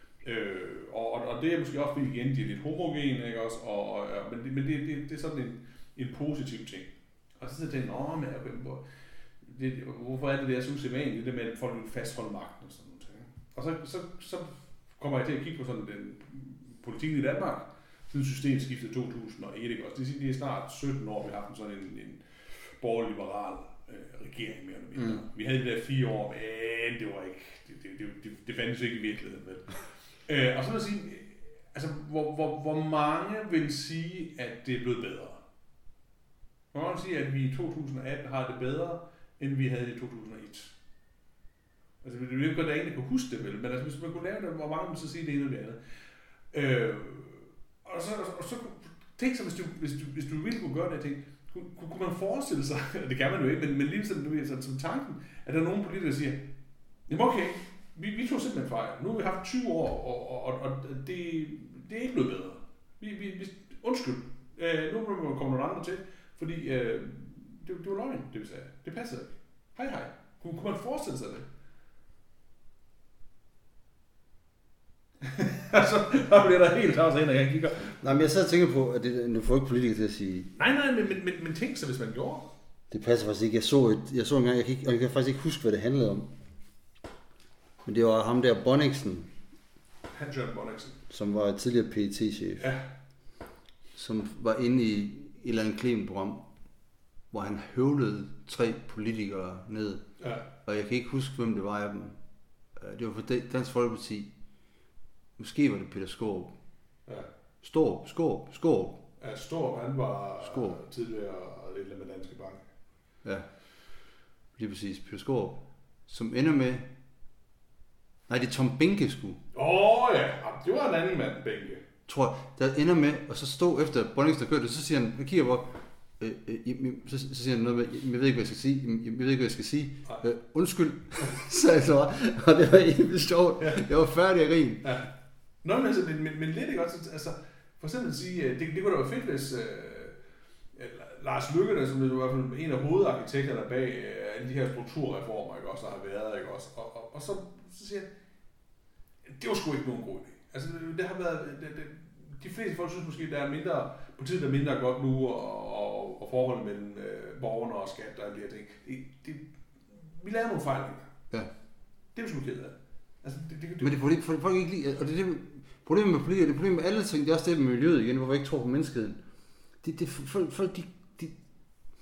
Speaker 1: Og det er måske også fordi igen, de er lidt homogen, ikke også? Men det er sådan en positiv ting. Og så tænker jeg, hvorfor er det der så usædvanligt, det med at folk vil fastholde magten og sådan noget. Og så kommer jeg til at kigge på sådan den politikken i Danmark, siden systemskiftet 2001, ikke også? Det er snart 17 år, vi har haft sådan en borgerlig-liberal regering mere eller mindre. Mm. Vi havde det der 4 år, men det var ikke, det fandtes ikke i virkeligheden, vel? Og så vil jeg sige, altså, hvor mange vil sige, at det er blevet bedre? Hvor mange vil sige, at vi i 2018 har det bedre, end vi havde i 2001? Altså, det er jo ikke godt, at der er en, der kan huske det, vel? Men altså, hvis man kunne lave det, hvor mange vil så sige det ene eller det andet? Og så tænk så, hvis du ville kunne gøre det, tænk, kunne man forestille sig, det kan man jo ikke, men lige sådan, som tanken, at der er nogle politikere, der siger, jamen okay, vi tog simpelthen fejl. Nu har vi haft 20 år, og det er ikke blevet bedre. Undskyld. Nu må vi komme nogle andre til, fordi det var løgn, det vi sagde. Det passede ikke. Hej. Kunne man forestille sig det? Altså, der bliver der helt tavs ind, og jeg kigger.
Speaker 2: Nej, men jeg sad og tænker på, at nu får ikke politikere til at sige...
Speaker 1: Nej, men tænk så, hvis man gjorde.
Speaker 2: Det passer faktisk ikke. Jeg så en gang, jeg kan faktisk ikke huske, hvad det handlede om. Men det var ham der, Bonniksen.
Speaker 1: Hans-Jørgen Bonniksen.
Speaker 2: Som var tidligere PET-chef.
Speaker 1: Ja.
Speaker 2: Som var inde i et eller andet Clemen-program, hvor han høvlede 3 politikere ned. Ja. Og jeg kan ikke huske, hvem det var af dem. Det var for Dansk Folkeparti. Måske var det Peter Skaarup. Ja. Skaarup.
Speaker 1: Ja, Skaarup, han var tidligere leder med Danske Bank.
Speaker 2: Ja, lige præcis. Peter Skaarup, som ender med... Nej, det er Tom Behnke sgu.
Speaker 1: Ja, det var en anden mand, Behnke.
Speaker 2: Tror jeg, der ender med, og så stå efter Bonniksen, der kørte, så siger han kigger på, så siger han noget med, jeg ved ikke, hvad jeg skal sige. Undskyld, sagde jeg så, og det var egentlig sjovt. Jeg var færdig at grine.
Speaker 1: Ja. Nå, men lidt ikke også, altså, for eksempel at sige, det kunne da være fedt, hvis Lars Løkke, der som er i hvert fald en af hovedarkitekterne bag alle de her strukturreformer, ikke også, der har været, ikke også, og så siger jeg, det var sgu ikke nogen god idé. Altså, det har været, de fleste folk synes måske, der er mindre, på tiden er mindre godt nu, og forholdet mellem borgerne og skat og alle de her ting. Vi lavede nogle fejl. Ja. Det er vi sgu ked af. Altså,
Speaker 2: men det er folk ikke lide, og det er det problemet med politikere, det er problemet med alle ting, det er også det med miljøet igen, hvor vi ikke tror på menneskeheden. Folk,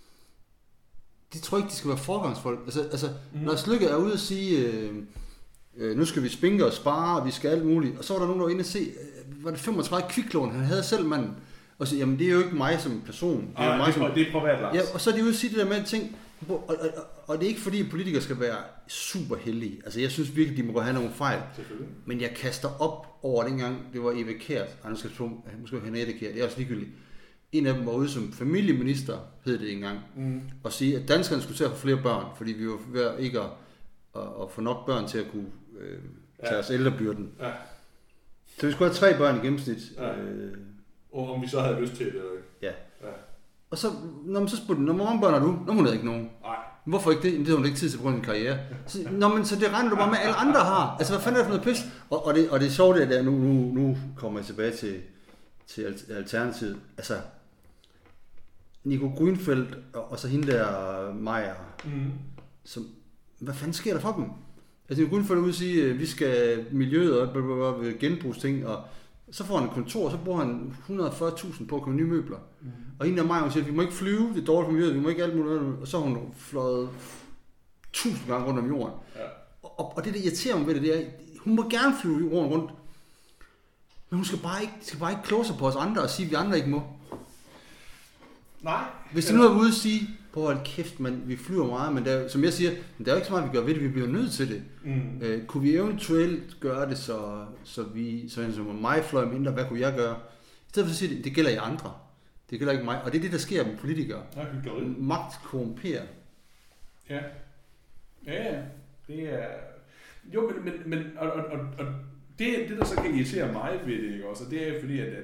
Speaker 2: de tror ikke, de skal være forgangsfolk. Altså Lars Løkke er ude at sige, nu skal vi spinke og spare, og vi skal alt muligt. Og så var der nogen, der var inde og se, var det 35 kviklån, han havde selv manden. Og så, jamen det er jo ikke mig som person.
Speaker 1: Det er, mig som... det er privat, Lars.
Speaker 2: Ja, og så er de ude at sige det der med en ting, og det er ikke fordi, at politikere skal være super heldige. Altså jeg synes virkelig, de må have nogle fejl. Men jeg kaster op over dengang, det var Eva Kjært, måske Henriette Kjært, det er også ligegyldigt. En af dem var ude som familieminister, hed det engang, og sige, at danskerne skulle til at få flere børn, fordi vi var ved ikke at få nok børn til at kunne tage os ældrebyrden. Ja. Så vi skulle have 3 børn i gennemsnit. Ja.
Speaker 1: Og om vi så havde lyst til det, eller ikke?
Speaker 2: Ja. Og så, så spurgte hun, hvor mange børn har du? Nå, hun havde ikke nogen. Nej. Hvorfor ikke det? Det har hun ikke tid til på grund af en karriere. Så det regner du bare med, alle andre har. Altså, hvad fanden er det for noget pis? Og det er sjovt, at nu kommer jeg tilbage til Alternativet. Altså, Nico Grünfeldt og så hende der Maja. Som, hvad fanden sker der for dem? Altså, Nico Grünfeldt er ude at sige, at vi skal miljøet og genbrugsting, og så får han et kontor, og så bruger han 140.000 på at købe nye møbler. Og hende der Maja, hun siger, at vi må ikke flyve, det er dårligt for miljøet, vi må ikke alt muligt, og så har hun fløjet 1000 gange rundt om jorden. Ja. Og det, der irriterer mig ved det, er, hun må gerne flyve jorden rundt, men hun skal bare ikke kloge sig på os andre og sige, at vi andre ikke må.
Speaker 1: Nej.
Speaker 2: Hvis det nu er ude at sige, på hold kæft, vi flyver meget, men der, som jeg siger, det er jo ikke så meget, vi gør ved det, vi bliver nødt til det. Kunne vi eventuelt gøre det, så mig fløj mindre, hvad kunne jeg gøre? I stedet for at sige, det gælder I andre. Det gælder ikke mig. Og det er det, der sker med politikere.
Speaker 1: Ja,
Speaker 2: magt korrumperer.
Speaker 1: Ja. Ja, det er... Jo, men og det, der så kan irritere mig ved det, ikke også, det er fordi, at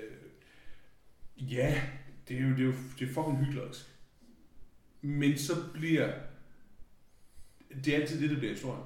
Speaker 1: ja, det er fucking hyklerisk. Men så bliver det er altid det, der bliver historien.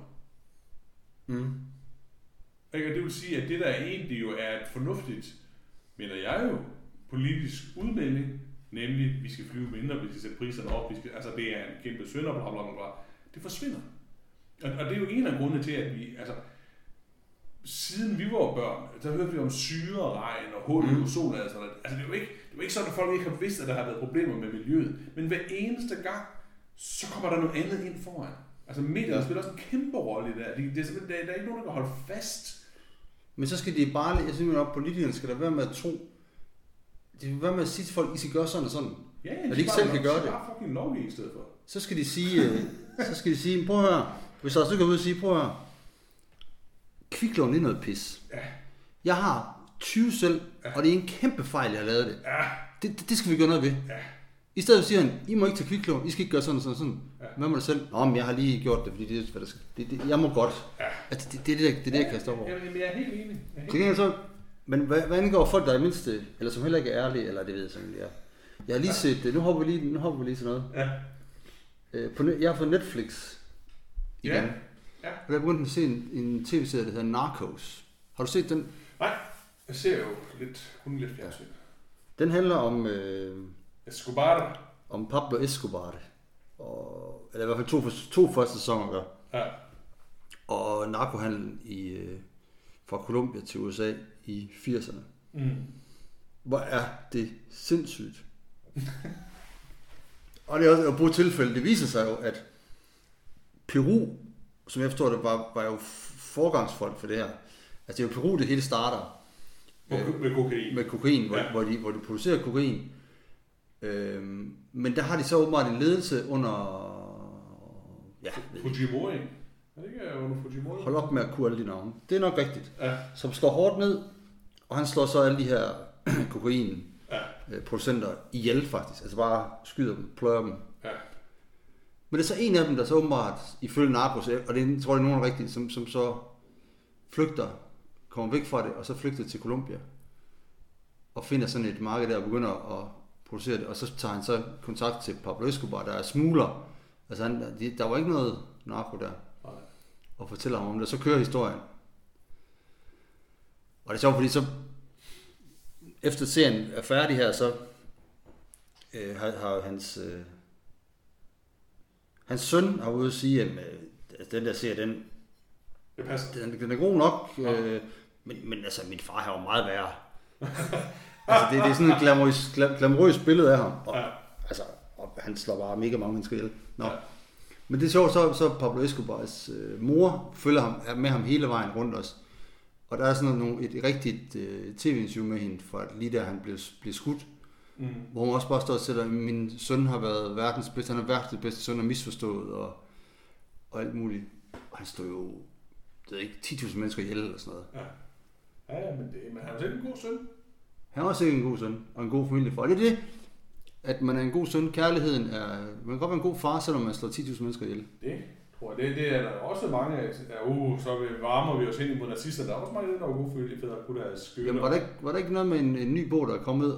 Speaker 1: Og det vil sige, at det der egentlig jo er et fornuftigt, mener jeg jo, politisk udmelding, nemlig, vi skal flyve mindre, vi skal sætte priserne op, altså det er en kæmpe synder, bla bla bla, det forsvinder. Og det er jo en af grundene til, at vi, altså, siden vi var børn, der hørte vi om syre, regn og hul og sol, altså det er jo ikke sådan, at folk ikke har vidst, at der har været problemer med miljøet, men hver eneste gang, så kommer der noget andet ind foran. Altså medierne spiller også en kæmpe rolle i det. Det er simpelthen, der er ikke nogen, der kan holde fast.
Speaker 2: Men så skal de bare, jeg synes at politikerne skal der være med at tro, de skal være med at sige til folk, I skal gøre sådan og sådan.
Speaker 1: Ja,
Speaker 2: og de ikke selv kan gøre det.
Speaker 1: Bare fucking lovlige i stedet for.
Speaker 2: Så skal de sige, prøv at høre, hvis der også kan ud og sige, prøv at høre, kviklån er noget pis. Ja. Jeg har 20 selv, og det er en kæmpe fejl, jeg har lavet det. Ja. Det skal vi gøre noget ved. Ja. I stedet siger han, I må ikke tage kviklån, I skal ikke gøre sådan og sådan og sådan. Ja. Hvad må du selv? Nå, men jeg har lige gjort det, fordi det er, hvad der skal. Jeg må godt. Ja. Altså, det er det, jeg kaster over.
Speaker 1: Jamen, jeg er helt enig.
Speaker 2: Men hvad angår folk, der er mindste, eller som heller ikke er ærlige, eller det ved jeg sådan, det er. Jeg har lige set, nu hopper vi lige til noget. Ja. Jeg har fået Netflix igen. Ja. Ja. Og jeg begyndte at se en tv-serie, der hedder Narcos. Har du set den?
Speaker 1: Nej, jeg ser jo kun lidt fjernsyn.
Speaker 2: Den handler om...
Speaker 1: Escobar.
Speaker 2: Om Pablo Escobar. Eller i hvert fald to første sæsoner gør. Ja. Og narkohandlen fra Colombia til USA i 80'erne. Hvor er det sindssygt. Og det er også at bruge tilfælde. Det viser sig jo, at Peru, som jeg forstår det, var jo forgangsfolk for det her. Altså det er jo Peru, det hele starter.
Speaker 1: Med kokain.
Speaker 2: Med kokain, ja. hvor de producerer kokain. Men der har de så åbenbart en ledelse under... Ja,
Speaker 1: Fujimori. Er det ikke under Fujimori?
Speaker 2: Hold op med at kunne alle de navne. Det er nok rigtigt. Ja. Som slår hårdt ned, og han slår så alle de her kokain-producenter ihjel faktisk. Altså bare skyder dem, pløjer dem. Ja. Men det er så en af dem, der så åbenbart ifølge Narcos, og det tror jeg er nogen rigtigt, som så flygter, kommer væk fra det, og så flygter til Colombia. Og finder sådan et marked der og begynder at producere det. Og så tager han så kontakt til Pablo Escobar, der er smugler. Altså der var ikke noget narko der. Nej. Og fortæller ham om det. Så kører historien. Og det er sjovt, fordi så efter serien er færdig her, så har hans søn har ude at sige, at den der serie, den er god nok, men altså min far har jo meget værre. Altså det er sådan et glamourøst billede af ham, og, altså, og han slår bare mega mange mennesker ihjel. Ja. Men det er sjovt, så Pablo Escobars mor følger ham, er med ham hele vejen rundt os. Og der er sådan et rigtigt tv-interview med hende, for lige der han blev skudt. Hvor hun også bare står og sætter, min søn har været verdens bedste, han er verdens bedste søn og misforstået og alt muligt. Og han stod jo, det er ikke 10.000 mennesker ihjel eller sådan noget.
Speaker 1: Ja, men han er jo selv en god søn.
Speaker 2: Han var sikkert en god søn og en god familiefar. Og det er det, at man er en god søn. Kærligheden er, man kan godt være en god far, selvom man slår 10.000 mennesker ihjel.
Speaker 1: Det tror jeg, det er der også mange af, så varmer vi os hen imod nazister. Der er også mange, der er gode følge, der kunne der skøle.
Speaker 2: Jamen, var der ikke noget med en ny bog, der er kommet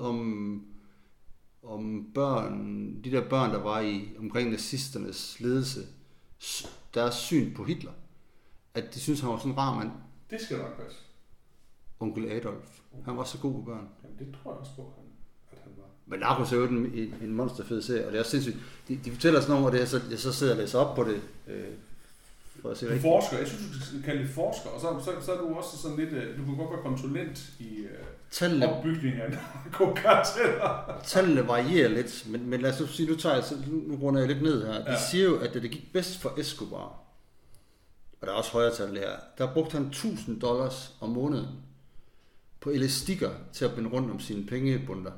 Speaker 2: om børn, de der børn, der var omkring nazisternes ledelse, deres syn på Hitler? At de synes, han var sådan en rar mand.
Speaker 1: Det skal nok passe.
Speaker 2: Onkel Adolf. Han var så god med børn.
Speaker 1: Jamen, det tror jeg også på, at han var.
Speaker 2: Men Narcos er jo en monsterfed serie, og det er også sindssygt. De fortæller sådan noget, og det jeg så sidder og læser op på det. For at se
Speaker 1: du forsker. Jeg synes, du skal kalde det forsker, og så er du også sådan lidt, du kan godt være konsulent i opbygningen af narkokarteller.
Speaker 2: Tallene varierer lidt, men lad os sige, nu runder jeg lidt ned her. De siger jo, at det gik bedst for Escobar, og der er også højere tal her, der brugte han $1.000 om måneden på elastikker til at binde rundt om sine pengebunter.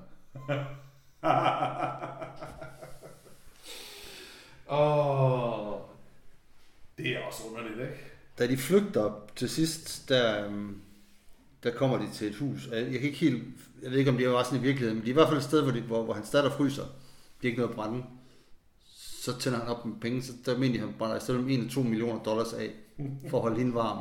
Speaker 1: Det er også underligt, ikke?
Speaker 2: Da de flygter til sidst, der kommer de til et hus. Jeg ved ikke, om det var sådan i virkeligheden, men de er i hvert fald et sted, hvor hans datter fryser. Det er ikke noget at brænde. Så tænder han op med penge, så der mener han brænder i stedet om $1-2 millioner af, for at holde hende varm.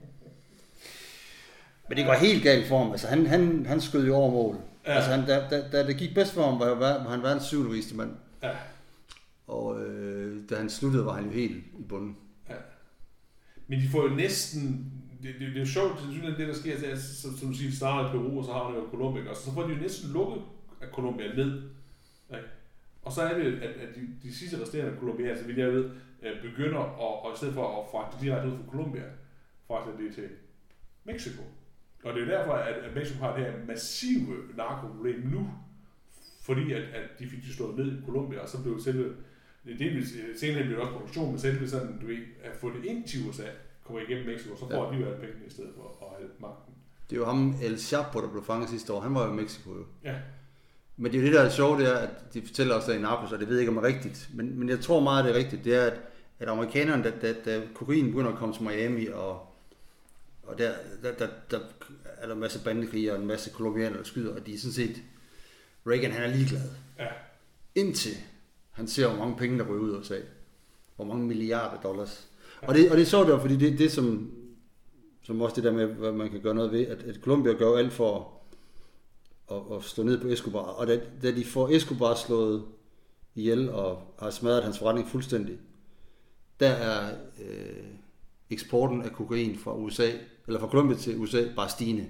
Speaker 2: Men det går helt galt for ham. Altså, han skød jo over mål. Ja. Altså, da det gik bedst for ham, var han verdens 7. rigeste mand. Ja. Og da han sluttede, var han jo helt i bunden. Ja.
Speaker 1: Men de får jo næsten... Det er jo sjovt, det der sker, altså, som du siger, de starter i Peru, og så har man jo Colombia, og så får de jo næsten lukket af Colombia ned. Ikke? Og så er det, at de sidste resterende kolumbianere, så vidt jeg ved, begynder at i stedet for at fragte direkte ud fra Colombia, fragte det til Mexico. Og det er jo derfor, at Mexico har det her massive narkoproblem nu, fordi at de fik de slået ned i Colombia, og så blev selve, senere blev det også produktion, men selve sådan, du ved, at få det ind til USA, kommer igennem Mexico, så får de jo alle pengene i stedet for at have magten.
Speaker 2: Det er jo ham, El Chapo, der blev fanget sidste år, han var jo i Mexico jo. Ja. Men det er jo det, der er sjovt, det er, at de fortæller også der i Narcos, og det ved jeg ikke, om det er rigtigt, men jeg tror meget, det er rigtigt, det er, at amerikanerne, da kokain begynder at komme til Miami, og der er der en masse bandekriger og en masse kolumbianere, der skyder, og de er sådan set, Reagan han er ligeglad. Ja. Indtil han ser, hvor mange penge, der ryger ud af USA. Hvor mange milliarder dollars. Ja. Og det er sjovt der, fordi det som også det der med, hvad man kan gøre noget ved, at Colombia gør alt for at slå ned på Escobar. Og da de får Escobar slået ihjel og har smadret hans forretning fuldstændig, der er eksporten af kokain fra USA, eller fra Colombia til USA, bare stigende.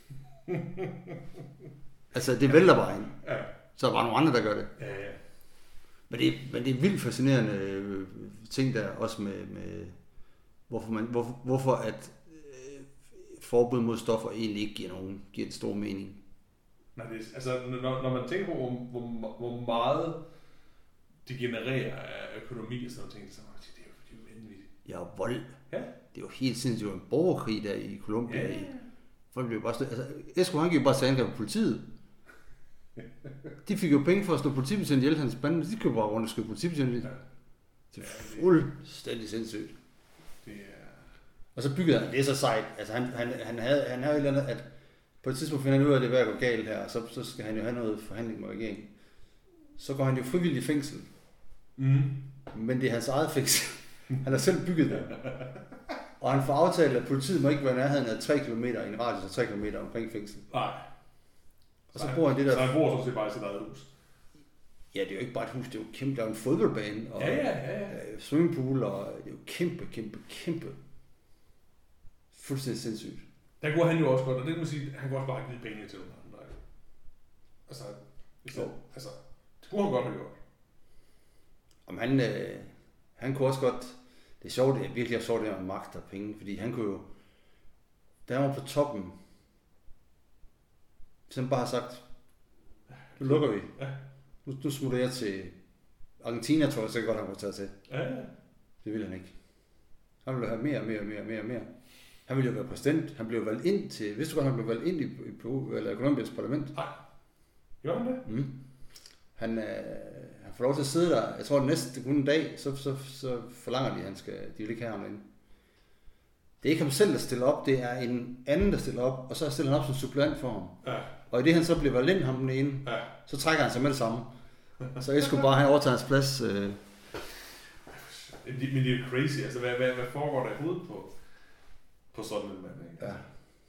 Speaker 2: Altså, det vælter bare ind. Ja. Så er der bare nogle andre, der gør det. Ja. Men det er vildt fascinerende ting der, også med hvorfor at forbud mod stoffer egentlig ikke giver en stor mening.
Speaker 1: Nej, altså, når man tænker på, hvor meget det genererer af økonomi og sådan noget ting, så det er jo vanvittigt.
Speaker 2: Ja, vold. Ja. Det er jo helt sindssygt. Det var en borgerkrig der i Colombia. Ja. Folk blev bare altså, Esco, han gik bare til angreb på politiet. De fik jo penge for at slå politibetjent ihjel, hans bande, de købte bare rundt og skød politibetjent ihjel. Det er fuldstændig sindssygt. Det er... Og så byggede han, det er så sejt, altså han havde et eller andet, at på et tidspunkt finder han ud af, at det er ved at gå galt her, og så skal han jo have noget forhandling med regeringen. Så går han jo frivilligt i fængsel. Men det er hans eget fængsel. Han har selv bygget det. Og han får aftalt, at politiet må ikke være nærheden af 3 km i en radius af 3 km omkring fængsel. Nej. Og så bor han det der...
Speaker 1: Så han bor sådan set bare i sit eget hus.
Speaker 2: Ja, det er jo ikke bare et hus, det er jo kæmpe, der er en fodboldbane, og swimmingpool, og det er jo kæmpe. Fuldstændig sindssygt.
Speaker 1: Der kunne han jo også godt, og det kan man sige, han kunne også bare have givet penge til nogle andre. Altså, det kunne han godt have gjort.
Speaker 2: Om han kunne også godt, det er sjovt, det er virkelig sjovt, det er magt og penge, fordi han kunne jo, der var på toppen, så bare sagt, nu lukker vi. Ja. Nu smutter jeg til Argentina, tror jeg så godt, han kunne tage til. Ja. Det vil han ikke. Han ville have mere. Han ville jo være præsident. Han blev valgt ind til... Vidste du godt, han blev valgt ind i Colombias parlament?
Speaker 1: Nej. Gjorde han det?
Speaker 2: Han får lov til at sidde der. Jeg tror, næste kun en dag, så forlanger de, at de vil ikke have ham inde. Det er ikke ham selv, der stiller op. Det er en anden, der stiller op. Og så stiller han op som suppleant for ham.
Speaker 1: Ja.
Speaker 2: Og i det, han så bliver valgt ind, ham den ene, så trækker han sig med det samme. Så jeg skulle bare have overtaget hans plads.
Speaker 1: Men det er jo crazy. Altså, hvad foregår der i hovedet på sådan en mand? Ikke? Ja.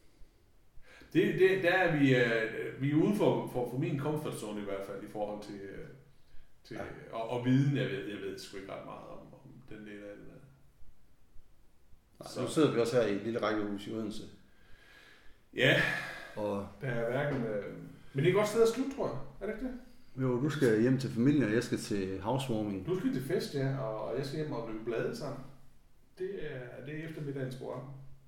Speaker 1: Der er vi er ude for min comfort zone i hvert fald, i forhold til og viden. Jeg ved sgu ikke ret meget om den del af det der.
Speaker 2: Så nu sidder vi også her i et lille rækkehus i Odense.
Speaker 1: Ja, og der er hverken... Men det er et godt sted at slutte, tror jeg. Er det ikke det?
Speaker 2: Jo, du skal hjem til familien, og jeg skal til housewarming.
Speaker 1: Du skal til fest, ja, og jeg skal hjem og løbe blade sammen. Det er eftermiddagens program.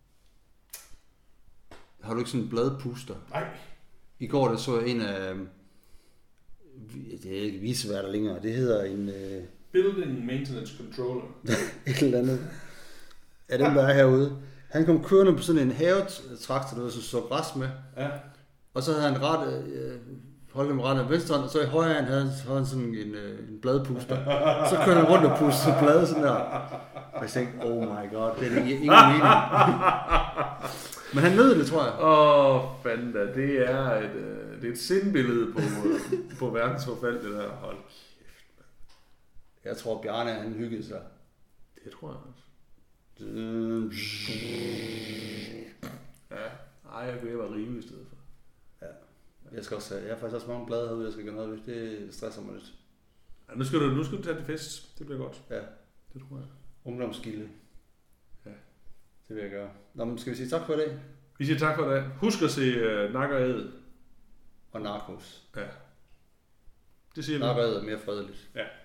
Speaker 2: Har du ikke sådan en bladpuster?
Speaker 1: Nej.
Speaker 2: I går der så jeg en af... Det er ikke viseværter længere. Det hedder en...
Speaker 1: Building Maintenance Controller.
Speaker 2: Et eller andet. Ja, den der er herude. Han kom kørende på sådan en havetraktor, der så græs med. Ja. Og så havde han holdt med rettet venstre hånd, og så i højre hånd havde han sådan en bladpuster. Så kørte han rundt og pustede blade sådan der. Og jeg tænkte, oh my god, det er ingen mening. Men han nød det, tror jeg.
Speaker 1: Fanden da. Det er et sindbillede på verdens forfald, det der. Hold kæft, mand.
Speaker 2: Jeg tror, Bjarne, han hyggede sig.
Speaker 1: Det tror jeg også. Ja, jeg kunne være rimelig i stedet for.
Speaker 2: Ja. Jeg har faktisk også mange blade herude, jeg skal gøre noget ved. Det stresser mig lidt.
Speaker 1: Ja, nu skal du tage det fest. Det bliver godt.
Speaker 2: Ja.
Speaker 1: Det tror jeg.
Speaker 2: Ungdomsgilde. Ja. Det vil jeg gøre. Nå, men skal vi sige tak for i dag?
Speaker 1: Vi siger tak for i dag. Husk at se Nak og Æd.
Speaker 2: Og Narcos.
Speaker 1: Ja. Det siger vi.
Speaker 2: Nak og Æd er mere fredeligt.
Speaker 1: Ja.